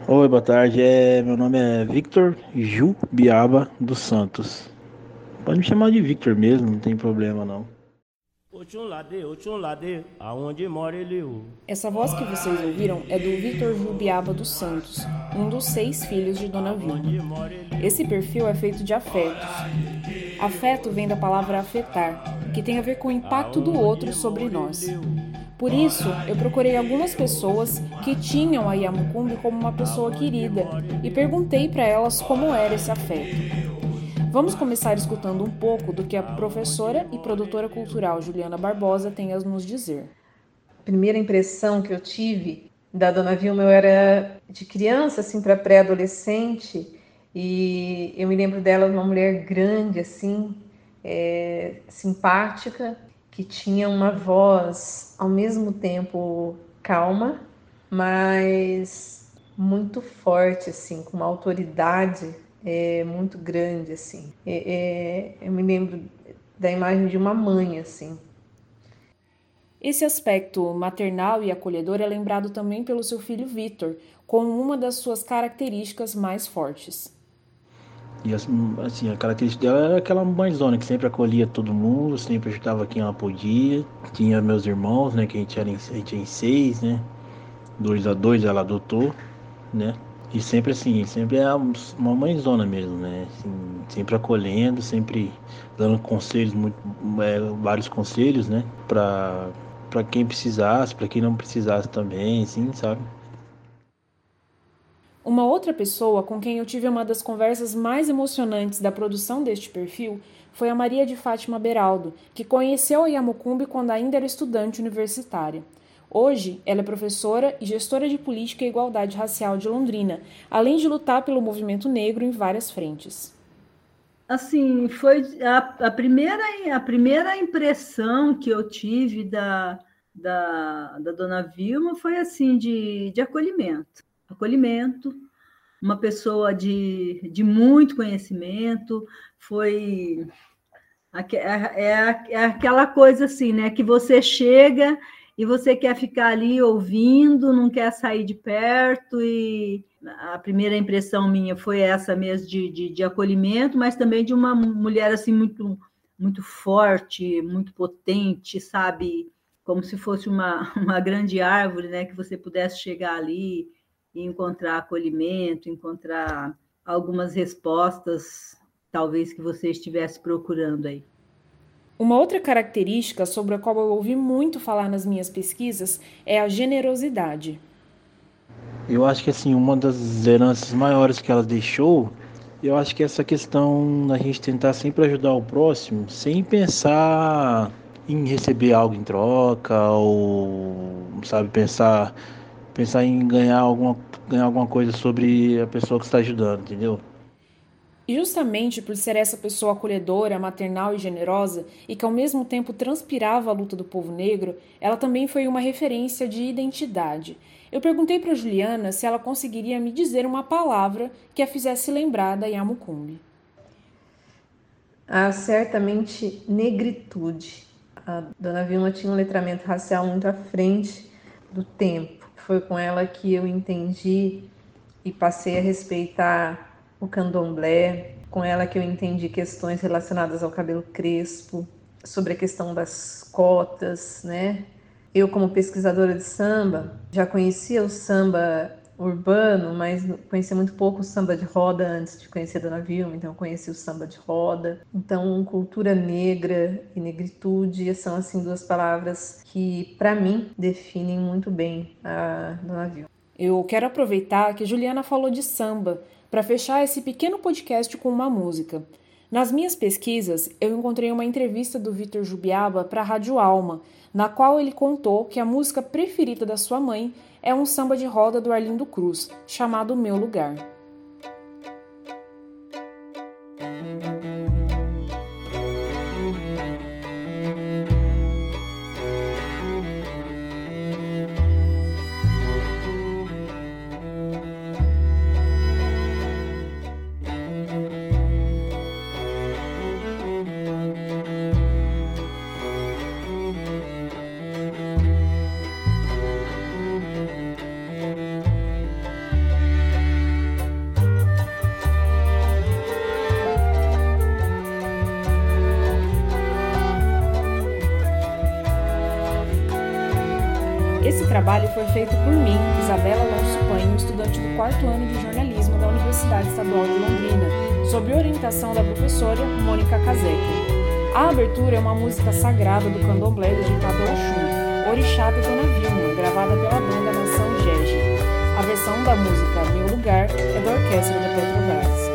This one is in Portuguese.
Oi, boa tarde. Meu nome é Victor Biaba dos Santos. Pode me chamar de Victor mesmo, não tem problema não. Aonde mora ele? Essa voz que vocês ouviram é do Victor Jubiaba dos Santos, um dos 6 filhos de Dona Vilma. Esse perfil é feito de afetos. Afeto vem da palavra afetar, que tem a ver com o impacto do outro sobre nós. Por isso, eu procurei algumas pessoas que tinham a Yamucumbi como uma pessoa querida e perguntei para elas como era esse afeto. Vamos começar escutando um pouco do que a professora e produtora cultural Juliana Barbosa tem a nos dizer. A primeira impressão que eu tive da Dona Vilma, eu era de criança, assim, para pré-adolescente, e eu me lembro dela uma mulher grande, assim, simpática, que tinha uma voz ao mesmo tempo calma, mas muito forte, assim, com uma autoridade muito grande, assim. Eu me lembro da imagem de uma mãe, assim. Esse aspecto maternal e acolhedor é lembrado também pelo seu filho Victor, como uma das suas características mais fortes. E assim, a característica dela era aquela mãezona que sempre acolhia todo mundo, sempre ajudava quem ela podia. Tinha meus irmãos, né, que a gente é em 6, né? 2 a 2 ela adotou, né? E sempre assim, sempre é uma mãezona mesmo, né? Assim, sempre acolhendo, sempre dando conselhos, vários conselhos, né? Pra quem precisasse, pra quem não precisasse também, assim, sabe? Uma outra pessoa com quem eu tive uma das conversas mais emocionantes da produção deste perfil foi a Maria de Fátima Beraldo, que conheceu a Yamucumbi quando ainda era estudante universitária. Hoje, ela é professora e gestora de política e igualdade racial de Londrina, além de lutar pelo movimento negro em várias frentes. Assim, foi a primeira impressão que eu tive da Dona Vilma foi assim de acolhimento. Acolhimento, uma pessoa de muito conhecimento, foi aquela coisa assim, né? Que você chega e você quer ficar ali ouvindo, não quer sair de perto, e a primeira impressão minha foi essa mesmo de acolhimento, mas também de uma mulher assim muito forte, muito potente, sabe? Como se fosse uma grande árvore, né? Que você pudesse chegar ali e encontrar acolhimento, encontrar algumas respostas, talvez, que você estivesse procurando aí. Uma outra característica sobre a qual eu ouvi muito falar nas minhas pesquisas é a generosidade. Eu acho que assim, uma das heranças maiores que ela deixou, eu acho que é essa questão da gente tentar sempre ajudar o próximo, sem pensar em receber algo em troca, ou, sabe, pensar em ganhar alguma coisa sobre a pessoa que está ajudando, entendeu? E justamente por ser essa pessoa acolhedora, maternal e generosa, e que ao mesmo tempo transpirava a luta do povo negro, ela também foi uma referência de identidade. Eu perguntei para Juliana se ela conseguiria me dizer uma palavra que a fizesse lembrar da Yamucumbi. Certamente negritude. A Dona Vilma tinha um letramento racial muito à frente do tempo. Foi com ela que eu entendi e passei a respeitar o candomblé, com ela que eu entendi questões relacionadas ao cabelo crespo, sobre a questão das cotas, né? Eu, como pesquisadora de samba, já conhecia o samba urbano, mas conhecia muito pouco o samba de roda antes de conhecer a Dona Vilma, então eu conheci o samba de roda. Então, cultura negra e negritude são, assim, 2 palavras que, para mim, definem muito bem a Dona Vilma. Eu quero aproveitar que Juliana falou de samba para fechar esse pequeno podcast com uma música. Nas minhas pesquisas, eu encontrei uma entrevista do Victor Jubiaba para a Rádio Alma, na qual ele contou que a música preferida da sua mãe é um samba de roda do Arlindo Cruz, chamado Meu Lugar. trabalho foi feito por mim, Isabela Alonso Panho, estudante do 4º ano de jornalismo da Universidade Estadual de Londrina, sob orientação da professora Mônica Kazek. A abertura é uma música sagrada do candomblé dedicado ao Oxum, Orixá da Dona Vilma, gravada pela banda Nação Gege. A versão da música Meu Lugar é da Orquestra da Petrobras.